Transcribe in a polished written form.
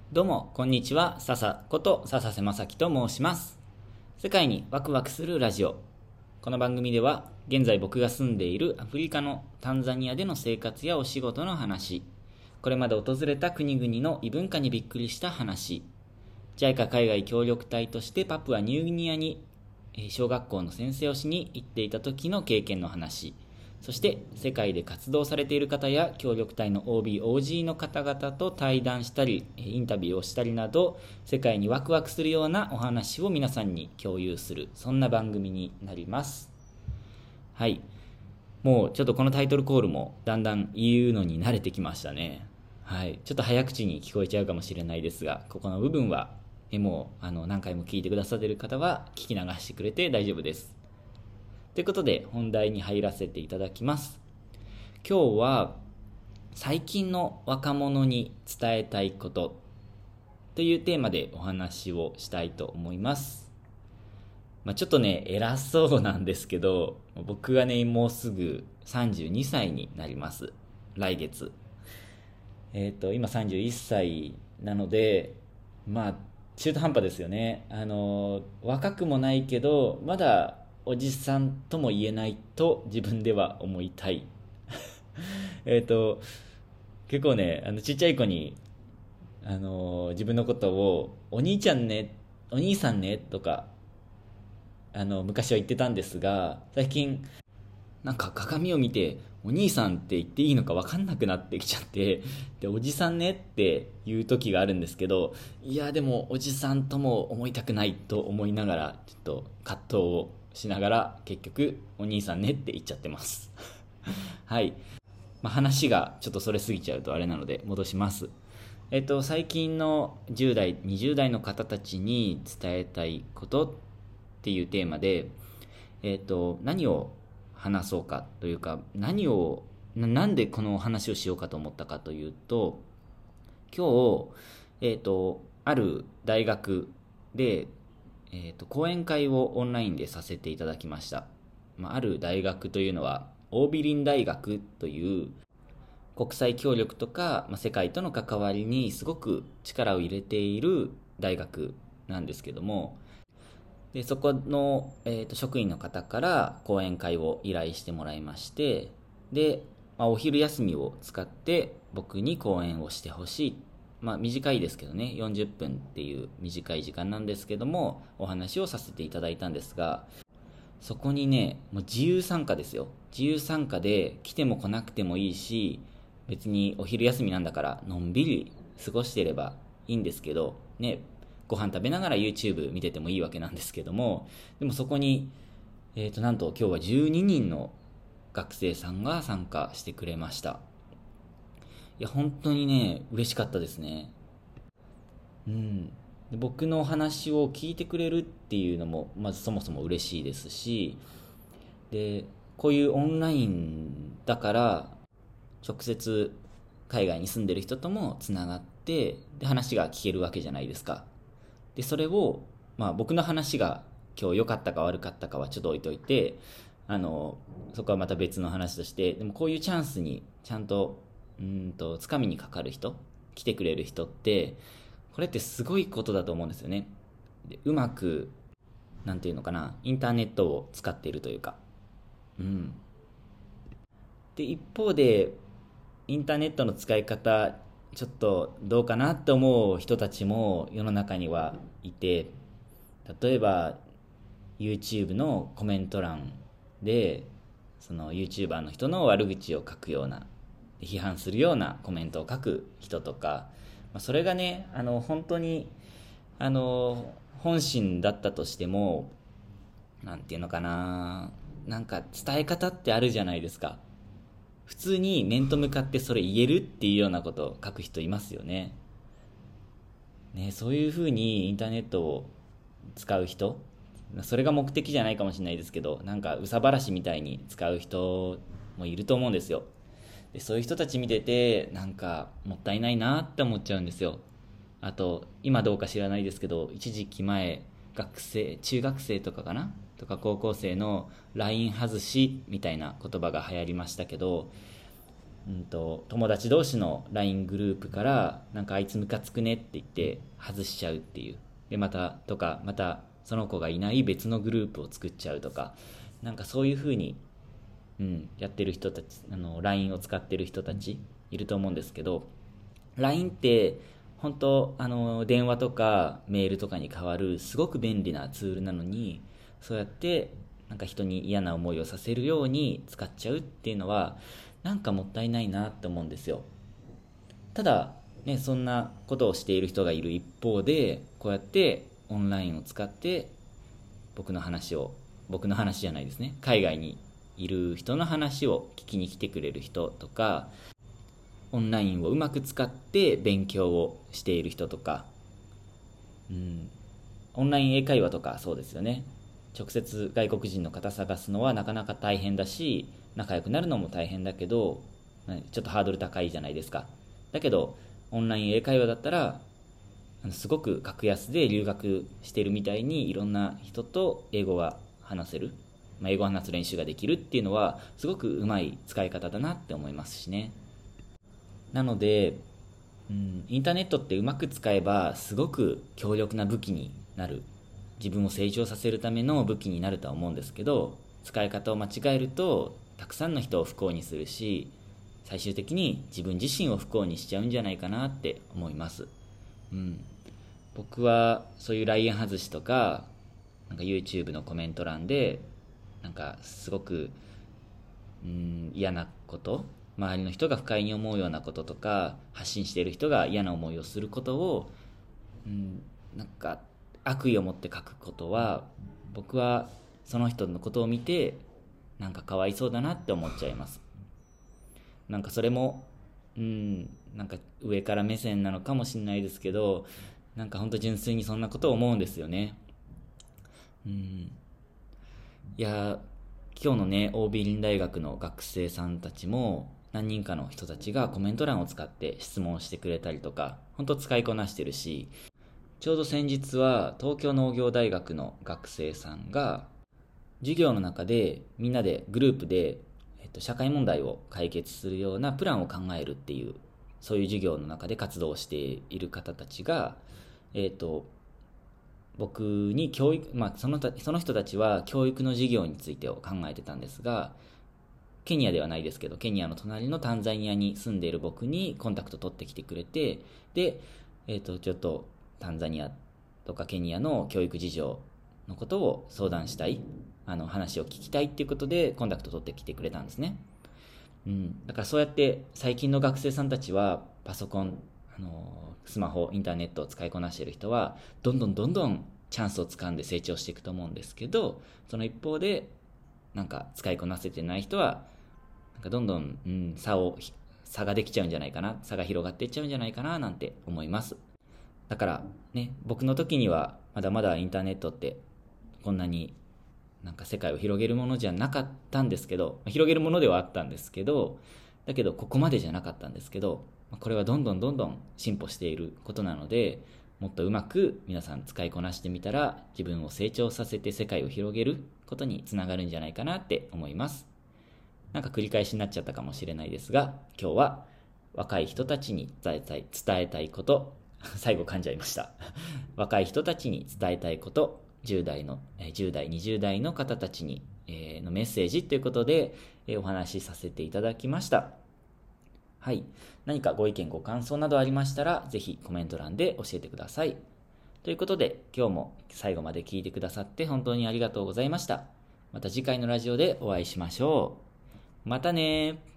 どうも、こんにちは。笹こと笹瀬正樹と申します。世界にワクワクするラジオ。この番組では、現在僕が住んでいるアフリカのタンザニアでの生活やお仕事の話、これまで訪れた国々の異文化にびっくりした話、JICA 海外協力隊としてパプアニューギニアに小学校の先生をしに行っていた時の経験の話、そして世界で活動されている方や協力隊の OB、OG の方々と対談したりインタビューをしたりなど、世界にワクワクするようなお話を皆さんに共有する、そんな番組になります。はい、もうちょっとこのタイトルコールもだんだん言うのに慣れてきましたね。はい、ちょっと早口に聞こえちゃうかもしれないですが、ここの部分はもう何回も聞いてくださっている方は聞き流してくれて大丈夫です。ということで本題に入らせていただきます。今日は最近の若者に伝えたいことというテーマでお話をしたいと思います。ちょっとね偉そうなんですけど、僕がねもうすぐ32歳になります。来月。今31歳なので、中途半端ですよね。若くもないけどまだおじさんとも言えないと自分では思いたい。えっと結構ねちっちゃい子に自分のことをお兄ちゃんね、お兄さんねとか昔は言ってたんですが、最近なんか鏡を見てお兄さんって言っていいのか分かんなくなってきちゃって、でおじさんねっていう時があるんですけど、いやでもおじさんとも思いたくないと思いながら、ちょっと葛藤をしながら結局お兄さんねって言っちゃってますはい、話がちょっとそれすぎちゃうとあれなので戻します。最近の10代20代の方たちに伝えたいことっていうテーマで、何を話そうかというか、なんでこの話をしようかと思ったかというと、今日、ある大学で、講演会をオンラインでさせていただきました。ある大学というのはオービリン大学という国際協力とか、世界との関わりにすごく力を入れている大学なんですけども、でそこの、職員の方から講演会を依頼してもらいまして、で、お昼休みを使って僕に講演をしてほしい、短いですけどね、40分っていう短い時間なんですけどもお話をさせていただいたんですが、そこにねもう自由参加ですよ。自由参加で来ても来なくてもいいし、別にお昼休みなんだからのんびり過ごしていればいいんですけどね、ご飯食べながら YouTube 見ててもいいわけなんですけども、でもそこに、なんと今日は12人の学生さんが参加してくれました。いや本当にね嬉しかったですね。うん、で僕の話を聞いてくれるっていうのもまずそもそも嬉しいですし、でこういうオンラインだから直接海外に住んでる人ともつながって、で話が聞けるわけじゃないですか。でそれを、僕の話が今日良かったか悪かったかはちょっと置いといて、そこはまた別の話として、でもこういうチャンスにちゃんとつかみにかかる人、来てくれる人って、これってすごいことだと思うんですよね。でうまくなんていうのかな、インターネットを使っているというか、で一方でインターネットの使い方ちょっとどうかなって思う人たちも世の中にはいて、例えば YouTube のコメント欄でその YouTuber の人の悪口を書くような、批判するようなコメントを書く人とか、それがね本当に本心だったとしても、なんていうのかな、なんか伝え方ってあるじゃないですか。普通に面と向かってそれ言えるっていうようなことを書く人いますよね。ね、そういうふうにインターネットを使う人、それが目的じゃないかもしれないですけど、なんか憂さ晴らしみたいに使う人もいると思うんですよ。でそういう人たち見ててなんかもったいないなって思っちゃうんですよ。あと今どうか知らないですけど、一時期前中学生とかかなとか高校生の LINE 外しみたいな言葉が流行りましたけど、 友達同士の LINE グループからなんかあいつムカつくねって言って外しちゃうっていう。でまたその子がいない別のグループを作っちゃうとか、なんかそういう風に、やってる人たち、LINE を使ってる人たちいると思うんですけど、 LINE って本当電話とかメールとかに代わるすごく便利なツールなのに、そうやってなんか人に嫌な思いをさせるように使っちゃうっていうのはなんかもったいないなって思うんですよ。ただね、そんなことをしている人がいる一方で、こうやってオンラインを使って僕の話じゃないですね、海外にいる人の話を聞きに来てくれる人とか、オンラインをうまく使って勉強をしている人とか、オンライン英会話とかそうですよね。直接外国人の方探すのはなかなか大変だし、仲良くなるのも大変だけど、ちょっとハードル高いじゃないですか。だけどオンライン英会話だったらすごく格安で留学してるみたいにいろんな人と英語が話せる、英語を話す練習ができるっていうのはすごくうまい使い方だなって思いますしね。なので、インターネットってうまく使えばすごく強力な武器になる、自分を成長させるための武器になるとは思うんですけど、使い方を間違えるとたくさんの人を不幸にするし、最終的に自分自身を不幸にしちゃうんじゃないかなって思います。僕はそういう LINE 外しとか、なんか YouTube のコメント欄でなんかすごく嫌なこと、周りの人が不快に思うようなこととか、発信している人が嫌な思いをすることを、なんか悪意を持って書くことは、僕はその人のことを見てなんかかわいそうだなって思っちゃいます。なんかそれもなんか上から目線なのかもしれないですけど、なんか本当純粋にそんなことを思うんですよね。いや、今日のね OB 林大学の学生さんたちも何人かの人たちがコメント欄を使って質問してくれたりとか、本当使いこなしてるし、ちょうど先日は東京農業大学の学生さんが授業の中でみんなでグループで、社会問題を解決するようなプランを考えるっていう、そういう授業の中で活動している方たちが、僕に教育、その人たちは教育の授業についてを考えてたんですが、ケニアではないですけど、ケニアの隣のタンザニアに住んでいる僕にコンタクト取ってきてくれて、で、ちょっとタンザニアとかケニアの教育事情のことを相談したい、話を聞きたいっていうことでコンタクト取ってきてくれたんですね。だからそうやって最近の学生さんたちはパソコン、スマホ、インターネットを使いこなしている人はどんどんチャンスをつかんで成長していくと思うんですけど、その一方でなんか使いこなせてない人はなんかどんどん、差ができちゃうんじゃないかな、差が広がっていっちゃうんじゃないかななんて思います。だからね、僕の時にはまだまだインターネットってこんなになんか世界を広げるものじゃなかったんですけど、広げるものではあったんですけど、だけどここまでじゃなかったんですけど、これはどんどん進歩していることなので、もっとうまく皆さん使いこなしてみたら自分を成長させて世界を広げることにつながるんじゃないかなって思います。なんか繰り返しになっちゃったかもしれないですが、今日は若い人たちに伝えたいこと最後噛んじゃいました若い人たちに伝えたいこと、10代、20代の方たちに、のメッセージということで、お話しさせていただきました。はい。何かご意見ご感想などありましたら、ぜひコメント欄で教えてください。ということで、今日も最後まで聞いてくださって本当にありがとうございました。また次回のラジオでお会いしましょう。またねー。